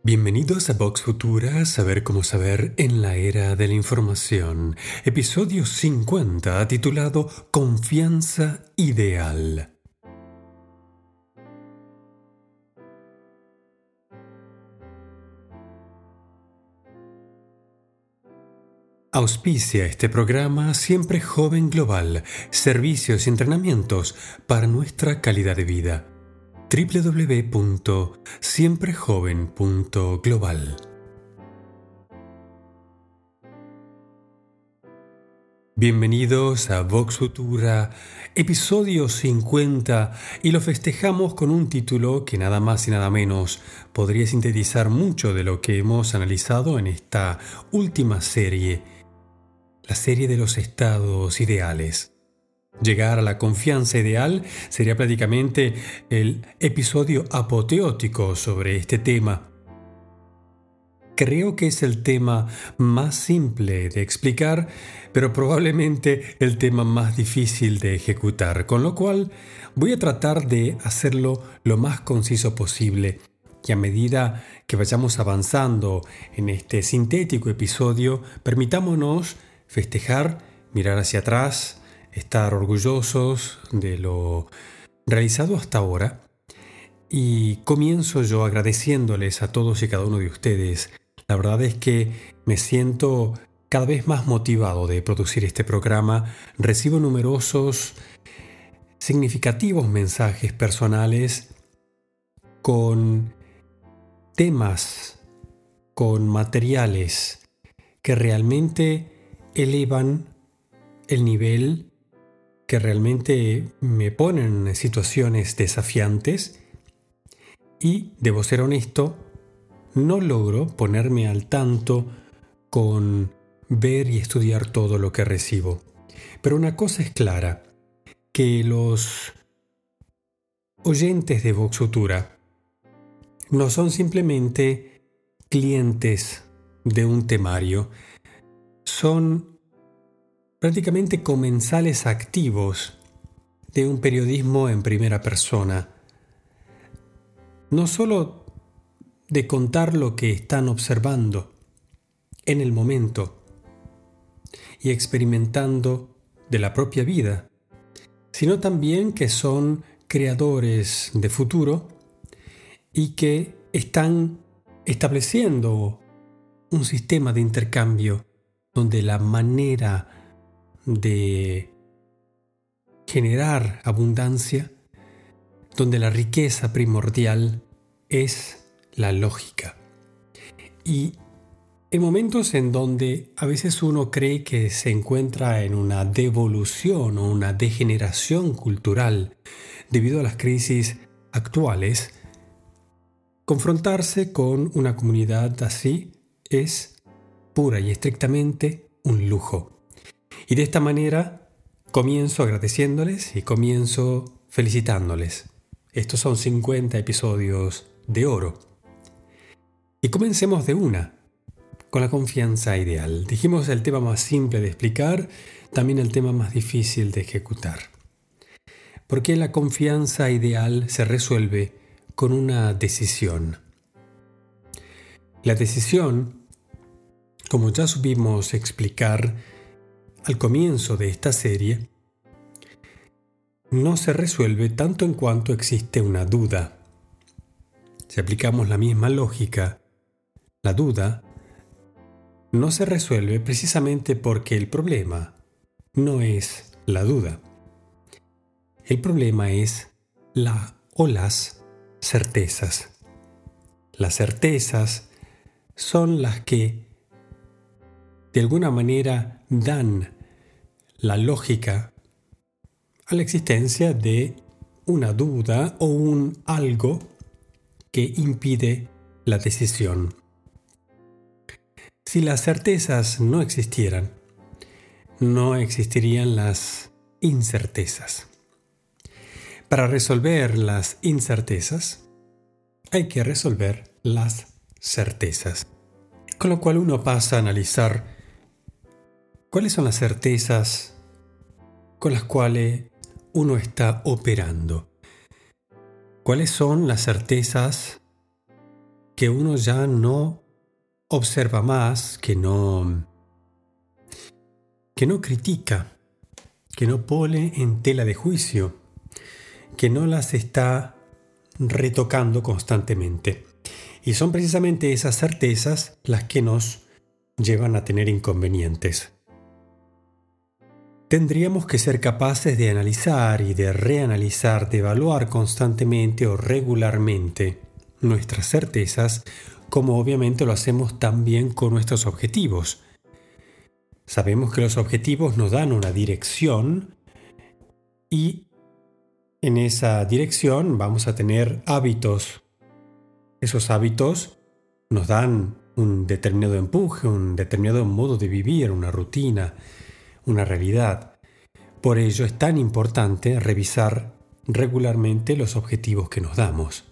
Bienvenidos a Vox Futura, Saber cómo saber en la era de la información. Episodio 50, titulado Confianza Ideal. Auspicia este programa Siempre Joven Global, servicios y entrenamientos para nuestra calidad de vida. www.siemprejoven.global. Bienvenidos a Vox Futura, episodio 50, y lo festejamos con un título que nada más y nada menos podría sintetizar mucho de lo que hemos analizado en esta última serie, la serie de los estados ideales. Llegar a la confianza ideal sería prácticamente el episodio apoteótico sobre este tema. Creo que es el tema más simple de explicar, pero probablemente el tema más difícil de ejecutar, con lo cual voy a tratar de hacerlo lo más conciso posible. Y a medida que vayamos avanzando en este sintético episodio, permitámonos festejar, mirar hacia atrás, estar orgullosos de lo realizado hasta ahora. Y comienzo yo agradeciéndoles a todos y cada uno de ustedes. La verdad es que me siento cada vez más motivado de producir este programa. Recibo numerosos, significativos mensajes personales con temas, con materiales que realmente elevan el nivel, que realmente me ponen en situaciones desafiantes. Y, debo ser honesto, no logro ponerme al tanto con ver y estudiar todo lo que recibo. Pero una cosa es clara, que los oyentes de Vox Futura no son simplemente clientes de un temario, son prácticamente comensales activos de un periodismo en primera persona. No solo de contar lo que están observando en el momento y experimentando de la propia vida, sino también que son creadores de futuro y que están estableciendo un sistema de intercambio donde la manera de generar abundancia, donde la riqueza primordial es la lógica. Y en momentos en donde a veces uno cree que se encuentra en una devolución o una degeneración cultural debido a las crisis actuales, confrontarse con una comunidad así es pura y estrictamente un lujo. Y de esta manera comienzo agradeciéndoles y comienzo felicitándoles. Estos son 50 episodios de oro. Y comencemos de una, con la confianza ideal. Dijimos el tema más simple de explicar, también el tema más difícil de ejecutar. Porque la confianza ideal se resuelve con una decisión. La decisión, como ya supimos explicar al comienzo de esta serie, no se resuelve tanto en cuanto existe una duda. Si aplicamos la misma lógica, la duda no se resuelve precisamente porque el problema no es la duda. El problema es la o las certezas. Las certezas son las que de alguna manera dan la lógica a la existencia de una duda o un algo que impide la decisión. Si las certezas no existieran, no existirían las incertezas. Para resolver las incertezas, hay que resolver las certezas. Con lo cual uno pasa a analizar cuáles son las certezas con las cuales uno está operando. ¿Cuáles son las certezas que uno ya no observa más, que no critica, que no pone en tela de juicio, que no las está retocando constantemente. Y son precisamente esas certezas las que nos llevan a tener inconvenientes. Tendríamos que ser capaces de analizar y de reanalizar, de evaluar constantemente o regularmente nuestras certezas, como obviamente lo hacemos también con nuestros objetivos. Sabemos que los objetivos nos dan una dirección y en esa dirección vamos a tener hábitos. Esos hábitos nos dan un determinado empuje, un determinado modo de vivir, una rutina, una realidad. Por ello es tan importante revisar regularmente los objetivos que nos damos.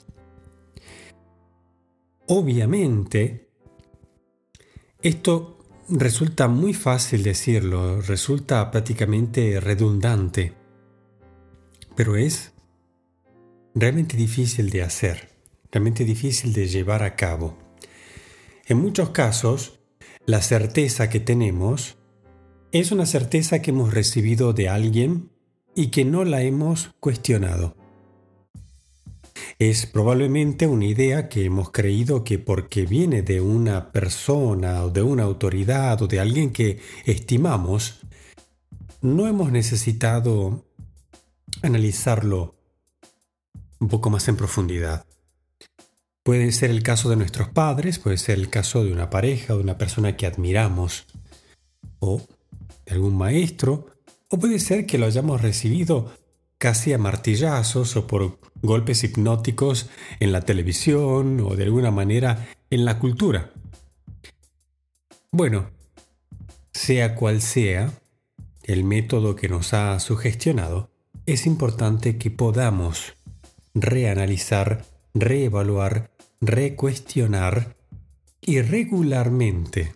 Obviamente, esto resulta muy fácil decirlo, resulta prácticamente redundante, pero es realmente difícil de hacer, realmente difícil de llevar a cabo. En muchos casos, la certeza que tenemos es una certeza que hemos recibido de alguien y que no la hemos cuestionado. Es probablemente una idea que hemos creído que porque viene de una persona o de una autoridad o de alguien que estimamos, no hemos necesitado analizarlo un poco más en profundidad. Puede ser el caso de nuestros padres, puede ser el caso de una pareja, de una persona que admiramos, o de algún maestro, o puede ser que lo hayamos recibido casi a martillazos o por golpes hipnóticos en la televisión o de alguna manera en la cultura. Bueno, sea cual sea el método que nos ha sugestionado, es importante que podamos reanalizar, reevaluar, recuestionar y regularmente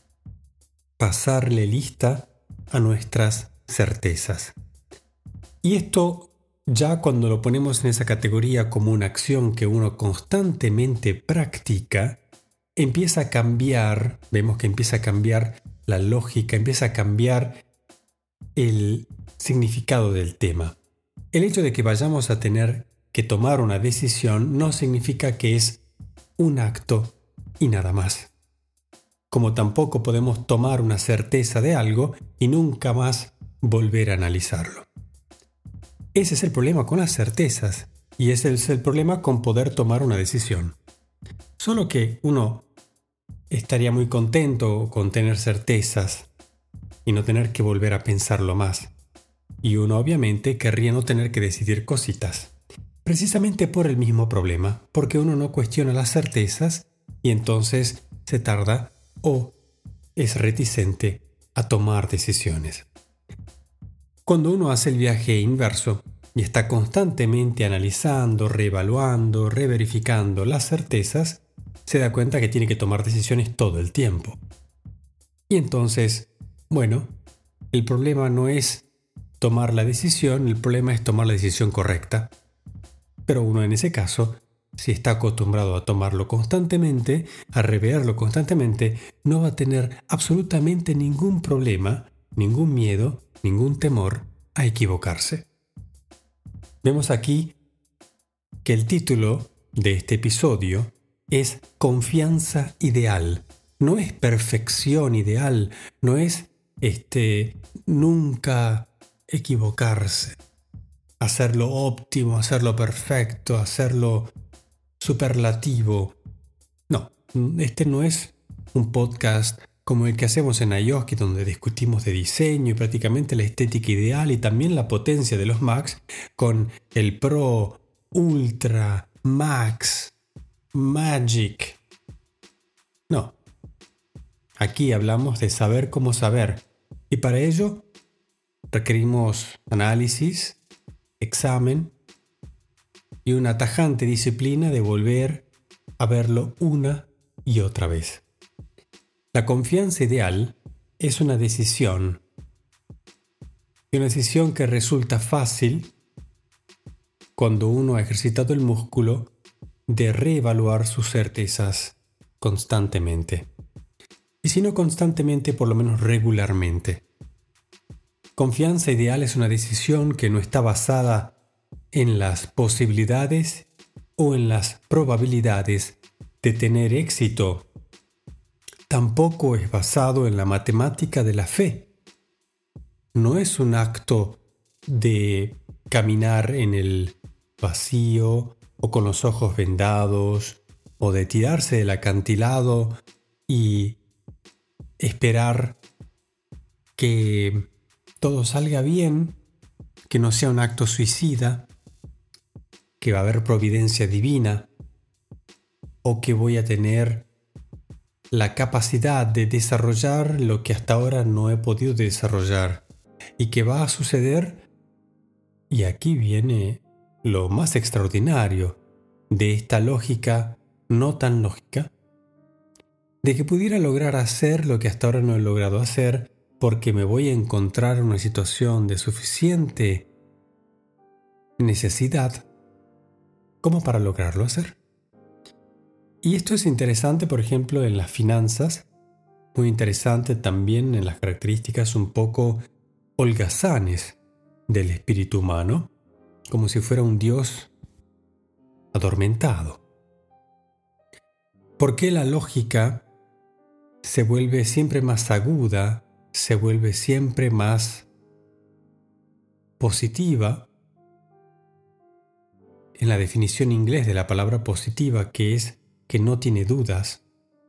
pasarle lista a nuestras certezas. Y esto, ya cuando lo ponemos en esa categoría como una acción que uno constantemente practica, empieza a cambiar, vemos que empieza a cambiar la lógica, empieza a cambiar el significado del tema. El hecho de que vayamos a tener que tomar una decisión no significa que es un acto y nada más. Como tampoco podemos tomar una certeza de algo y nunca más volver a analizarlo. Ese es el problema con las certezas y ese es el problema con poder tomar una decisión. Solo que uno estaría muy contento con tener certezas y no tener que volver a pensarlo más. Y uno obviamente querría no tener que decidir cositas. Precisamente por el mismo problema, porque uno no cuestiona las certezas y entonces se tarda o es reticente a tomar decisiones. Cuando uno hace el viaje inverso y está constantemente analizando, reevaluando, reverificando las certezas, se da cuenta que tiene que tomar decisiones todo el tiempo. Y entonces, bueno, el problema no es tomar la decisión, el problema es tomar la decisión correcta. Pero uno en ese caso, si está acostumbrado a tomarlo constantemente, a reverlo constantemente, no va a tener absolutamente ningún problema, ningún miedo, ningún temor a equivocarse. Vemos aquí que el título de este episodio es Confianza Ideal. No es perfección ideal, no es nunca equivocarse, hacerlo óptimo, hacerlo perfecto, hacerlo superlativo. No, este no es un podcast como el que hacemos en iOS, donde discutimos de diseño y prácticamente la estética ideal y también la potencia de los Macs con el Pro, Ultra, Max, Magic. No, aquí hablamos de saber cómo saber y para ello requerimos análisis, examen y una tajante disciplina de volver a verlo una y otra vez. La confianza ideal es una decisión, y una decisión que resulta fácil cuando uno ha ejercitado el músculo de reevaluar sus certezas constantemente. Y si no constantemente, por lo menos regularmente. Confianza ideal es una decisión que no está basada en las posibilidades o en las probabilidades de tener éxito. Tampoco es basado en la matemática de la fe. No es un acto de caminar en el vacío o con los ojos vendados o de tirarse del acantilado y esperar que todo salga bien, que no sea un acto suicida, que va a haber providencia divina o que voy a tener la capacidad de desarrollar lo que hasta ahora no he podido desarrollar y que va a suceder. Y aquí viene lo más extraordinario de esta lógica no tan lógica, de que pudiera lograr hacer lo que hasta ahora no he logrado hacer porque me voy a encontrar en una situación de suficiente necesidad como para lograrlo hacer. Y esto es interesante, por ejemplo, en las finanzas, muy interesante también en las características un poco holgazanes del espíritu humano, como si fuera un Dios adormentado. ¿Por qué la lógica se vuelve siempre más aguda, se vuelve siempre más positiva? En la definición inglés de la palabra positiva, que es que no tiene dudas,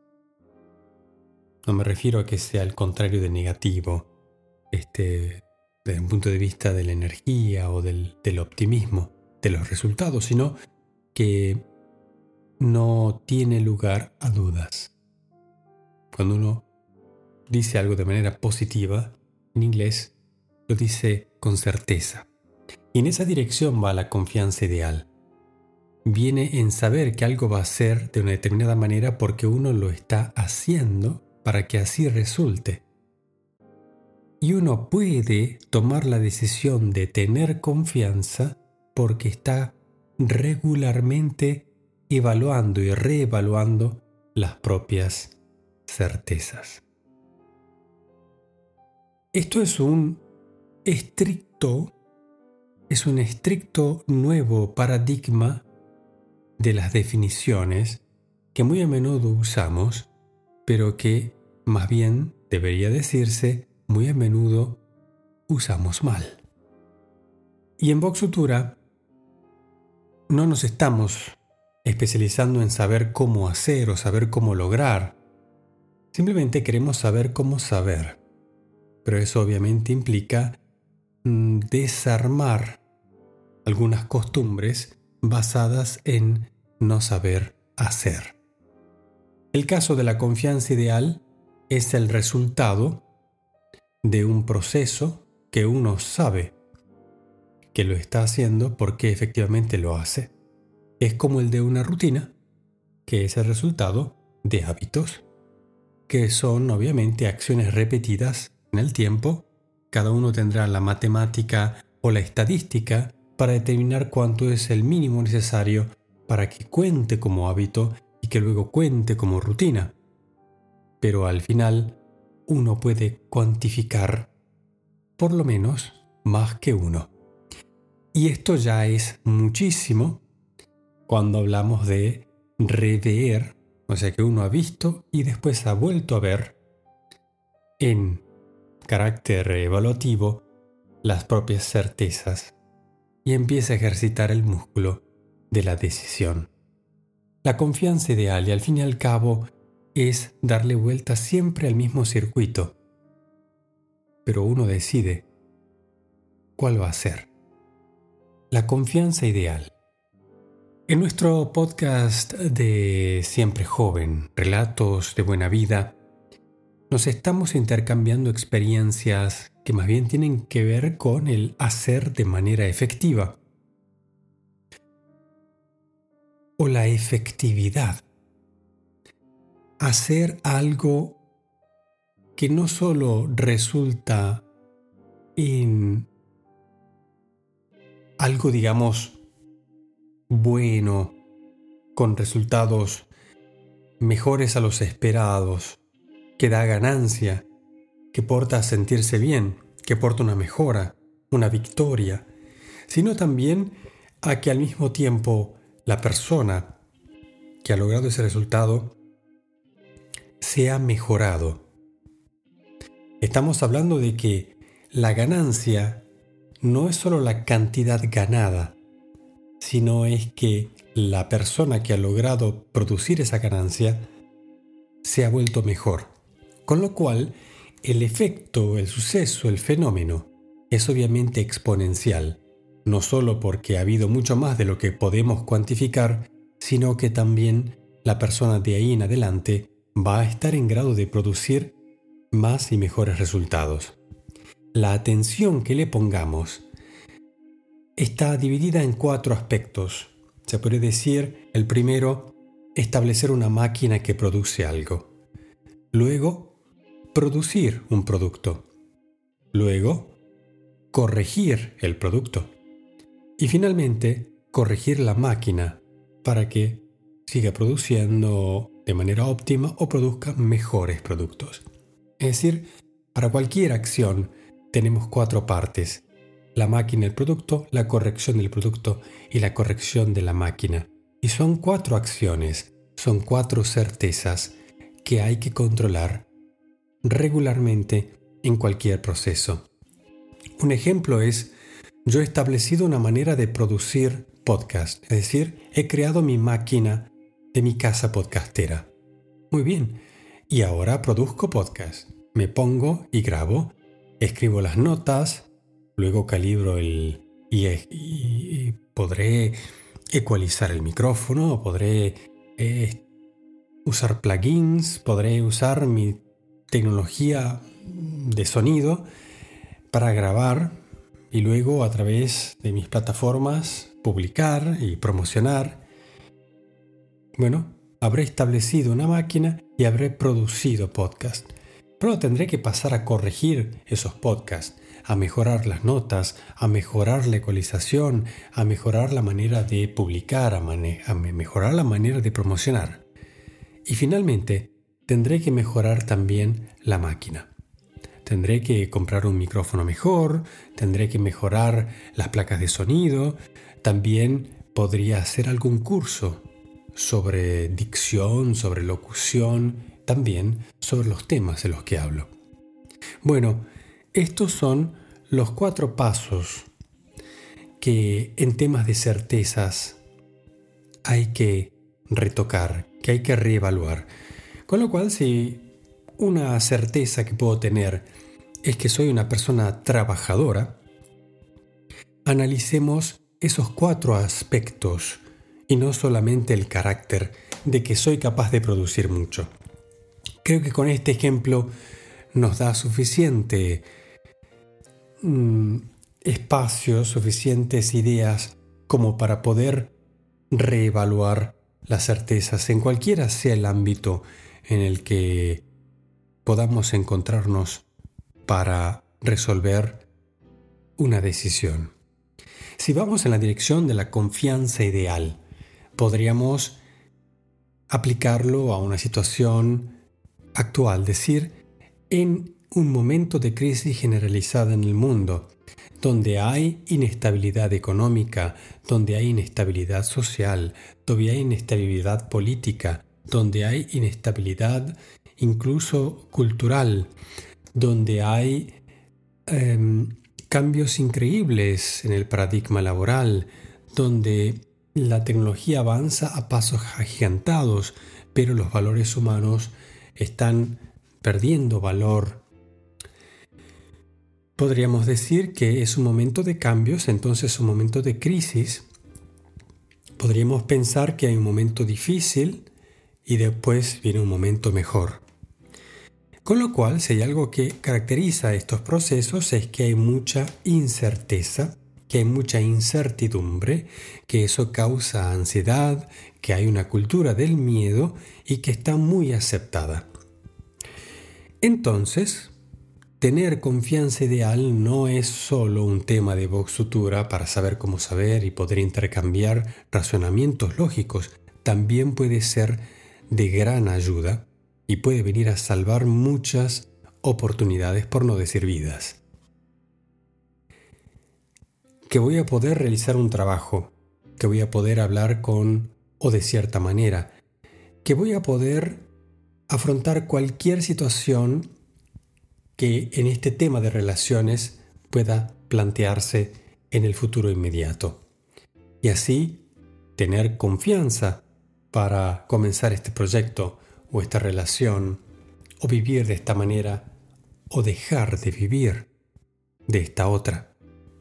no me refiero a que sea el contrario de negativo, desde un punto de vista de la energía o del optimismo de los resultados, sino que no tiene lugar a dudas. Cuando uno dice algo de manera positiva, en inglés lo dice con certeza. Y en esa dirección va la confianza ideal. Viene en saber que algo va a ser de una determinada manera porque uno lo está haciendo para que así resulte. Y uno puede tomar la decisión de tener confianza porque está regularmente evaluando y reevaluando las propias certezas. Esto es un estricto nuevo paradigma de las definiciones que muy a menudo usamos, pero que más bien debería decirse muy a menudo usamos mal. Y en Vox Futura no nos estamos especializando en saber cómo hacer o saber cómo lograr. Simplemente queremos saber cómo saber. Pero eso obviamente implica desarmar algunas costumbres basadas en no saber hacer. El caso de la confianza ideal es el resultado de un proceso que uno sabe que lo está haciendo porque efectivamente lo hace. Es como el de una rutina, que es el resultado de hábitos, que son obviamente acciones repetidas en el tiempo. Cada uno tendrá la matemática o la estadística para determinar cuánto es el mínimo necesario para que cuente como hábito y que luego cuente como rutina. Pero al final uno puede cuantificar por lo menos más que uno. Y esto ya es muchísimo cuando hablamos de rever, o sea que uno ha visto y después ha vuelto a ver en carácter evaluativo las propias certezas y empieza a ejercitar el músculo de la decisión. La confianza ideal, y al fin y al cabo, es darle vuelta siempre al mismo circuito. Pero uno decide cuál va a ser. La confianza ideal. En nuestro podcast de Siempre Joven, Relatos de Buena Vida, nos estamos intercambiando experiencias que más bien tienen que ver con el hacer de manera efectiva o la efectividad. Hacer algo que no solo resulta en algo, digamos, bueno con resultados mejores a los esperados, que da ganancia, que porta a sentirse bien, que porta una mejora, una victoria, sino también a que al mismo tiempo la persona que ha logrado ese resultado se ha mejorado. Estamos hablando de que la ganancia no es solo la cantidad ganada, sino es que la persona que ha logrado producir esa ganancia se ha vuelto mejor. Con lo cual, el efecto, el suceso, el fenómeno es obviamente exponencial, no solo porque ha habido mucho más de lo que podemos cuantificar, sino que también la persona de ahí en adelante va a estar en grado de producir más y mejores resultados. La atención que le pongamos está dividida en 4 aspectos. Se puede decir, el primero, establecer una máquina que produce algo. Luego, producir un producto. Luego, corregir el producto. Y finalmente, corregir la máquina para que siga produciendo de manera óptima o produzca mejores productos. Es decir, para cualquier acción tenemos 4 partes: la máquina, el producto, la corrección del producto y la corrección de la máquina. Y son 4 acciones, son 4 certezas que hay que controlar regularmente en cualquier proceso. Un ejemplo es, yo he establecido una manera de producir podcast, es decir, he creado mi máquina de mi casa podcastera. Muy bien, y ahora produzco podcast. Me pongo y grabo, escribo las notas, luego calibro y podré ecualizar el micrófono, podré usar plugins, podré usar mi tecnología de sonido para grabar y luego a través de mis plataformas publicar y promocionar. Bueno, habré establecido una máquina y habré producido podcast. Pero tendré que pasar a corregir esos podcasts, a mejorar las notas, a mejorar la ecualización, a mejorar la manera de publicar, a mejorar la manera de promocionar. Y finalmente, tendré que mejorar también la máquina. Tendré que comprar un micrófono mejor, tendré que mejorar las placas de sonido, también podría hacer algún curso sobre dicción, sobre locución, también sobre los temas de los que hablo. Bueno, estos son los 4 pasos que en temas de certezas hay que retocar, que hay que reevaluar. Con lo cual, si una certeza que puedo tener es que soy una persona trabajadora, analicemos esos 4 aspectos y no solamente el carácter de que soy capaz de producir mucho. Creo que con este ejemplo nos da suficiente espacio, suficientes ideas como para poder reevaluar las certezas en cualquiera sea el ámbito en el que podamos encontrarnos para resolver una decisión. Si vamos en la dirección de la confianza ideal, podríamos aplicarlo a una situación actual, decir, en un momento de crisis generalizada en el mundo, donde hay inestabilidad económica, donde hay inestabilidad social, donde hay inestabilidad política, donde hay inestabilidad incluso cultural, donde hay cambios increíbles en el paradigma laboral, donde la tecnología avanza a pasos agigantados, pero los valores humanos están perdiendo valor. Podríamos decir que es un momento de cambios, entonces un momento de crisis. Podríamos pensar que hay un momento difícil y después viene un momento mejor. Con lo cual, si hay algo que caracteriza estos procesos es que hay mucha incerteza, que hay mucha incertidumbre, que eso causa ansiedad, que hay una cultura del miedo y que está muy aceptada. Entonces, tener confianza ideal no es solo un tema de Vox Futura para saber cómo saber y poder intercambiar razonamientos lógicos. también puede ser de gran ayuda y puede venir a salvar muchas oportunidades, por no decir vidas. Que voy a poder realizar un trabajo, que voy a poder hablar o de cierta manera, que voy a poder afrontar cualquier situación que en este tema de relaciones pueda plantearse en el futuro inmediato. Y así tener confianza para comenzar este proyecto o esta relación, o vivir de esta manera, o dejar de vivir de esta otra.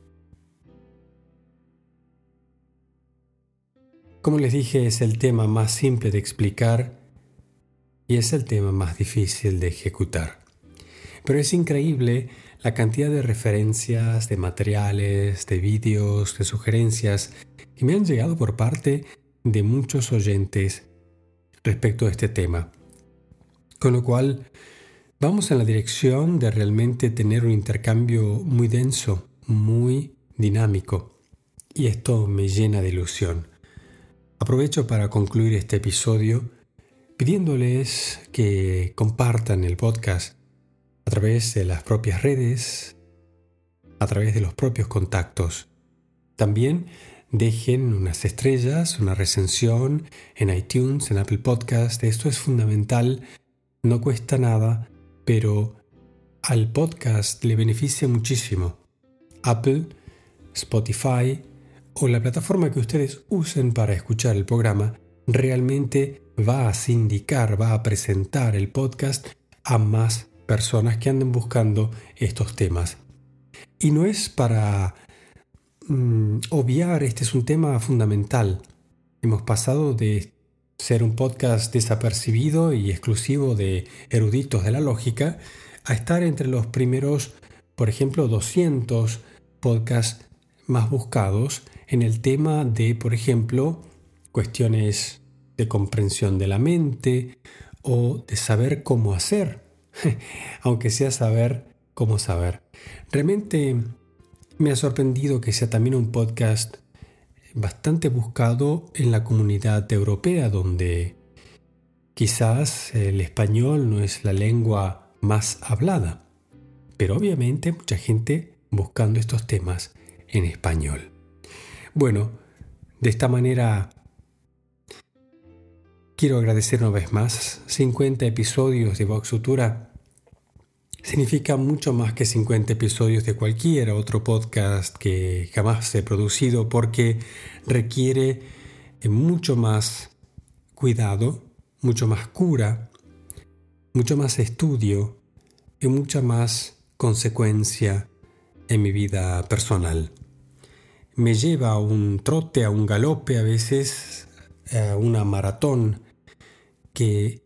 Como les dije, es el tema más simple de explicar y es el tema más difícil de ejecutar. Pero es increíble la cantidad de referencias, de materiales, de vídeos, de sugerencias que me han llegado por parte de muchos oyentes respecto a este tema. Con lo cual, vamos en la dirección de realmente tener un intercambio muy denso, muy dinámico. Y esto me llena de ilusión. Aprovecho para concluir este episodio pidiéndoles que compartan el podcast a través de las propias redes, a través de los propios contactos. También dejen unas estrellas, una recensión en iTunes, en Apple Podcast. Esto es fundamental, no cuesta nada, pero al podcast le beneficia muchísimo. Apple, Spotify o la plataforma que ustedes usen para escuchar el programa realmente va a sindicar, va a presentar el podcast a más personas que anden buscando estos temas. Y no es para obviar, este es un tema fundamental. Hemos pasado de ser un podcast desapercibido y exclusivo de eruditos de la lógica a estar entre los primeros, por ejemplo, 200 podcasts más buscados en el tema de, por ejemplo, cuestiones de comprensión de la mente o de saber cómo hacer, aunque sea saber cómo saber. Realmente me ha sorprendido que sea también un podcast bastante buscado en la comunidad europea, donde quizás el español no es la lengua más hablada, pero obviamente mucha gente buscando estos temas en español. Bueno, de esta manera quiero agradecer una vez más. 50 episodios de Vox Futura significa mucho más que 50 episodios de cualquier otro podcast que jamás he producido, porque requiere mucho más cuidado, mucho más cura, mucho más estudio y mucha más consecuencia en mi vida personal. Me lleva a un trote, a un galope, a veces a una maratón que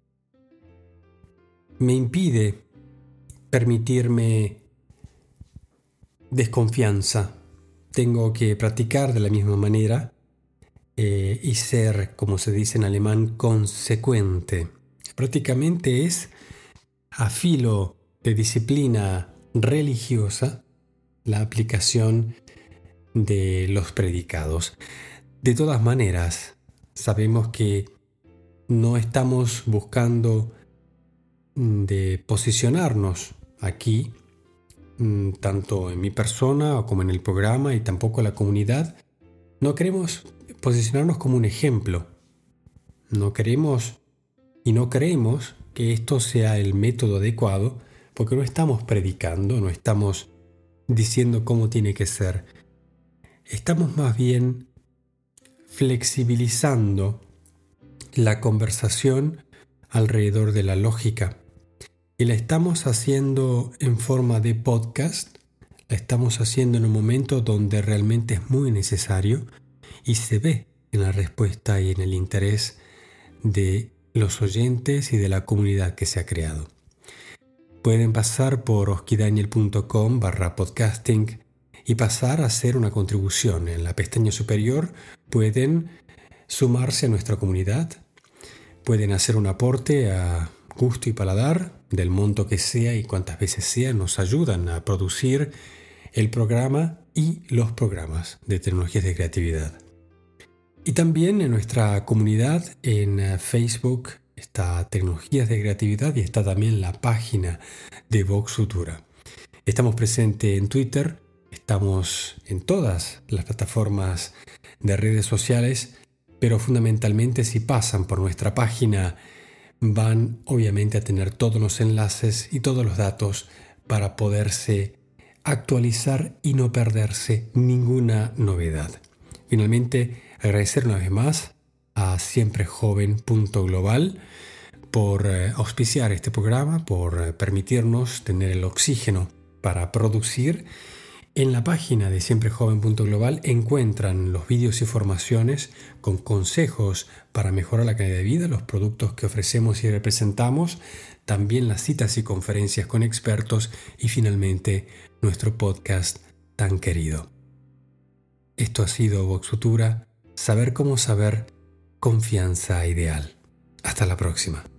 me impide permitirme desconfianza. Tengo que practicar de la misma manera y ser, como se dice en alemán, consecuente. Prácticamente es a filo de disciplina religiosa la aplicación de los predicados. De todas maneras, sabemos que no estamos buscando de posicionarnos aquí, tanto en mi persona como en el programa y tampoco en la comunidad. No queremos posicionarnos como un ejemplo. No queremos y no creemos que esto sea el método adecuado, porque no estamos predicando, no estamos diciendo cómo tiene que ser. Estamos más bien flexibilizando la conversación alrededor de la lógica. Y la estamos haciendo en forma de podcast, la estamos haciendo en un momento donde realmente es muy necesario y se ve en la respuesta y en el interés de los oyentes y de la comunidad que se ha creado. Pueden pasar por oskidaniel.com/podcasting y pasar a hacer una contribución. En la pestaña superior pueden sumarse a nuestra comunidad, pueden hacer un aporte a gusto y paladar, del monto que sea y cuantas veces sea. Nos ayudan a producir el programa y los programas de tecnologías de creatividad. Y también en nuestra comunidad en Facebook está Tecnologías de Creatividad y está también la página de Vox Futura. Estamos presentes en Twitter, estamos en todas las plataformas de redes sociales, pero fundamentalmente si pasan por nuestra página van obviamente a tener todos los enlaces y todos los datos para poderse actualizar y no perderse ninguna novedad. Finalmente, agradecer una vez más a siemprejoven.global por auspiciar este programa, por permitirnos tener el oxígeno para producir. En la página de siemprejoven.global encuentran los vídeos y formaciones con consejos para mejorar la calidad de vida, los productos que ofrecemos y representamos, también las citas y conferencias con expertos y finalmente nuestro podcast tan querido. Esto ha sido Vox Futura, saber cómo saber, confianza ideal. Hasta la próxima.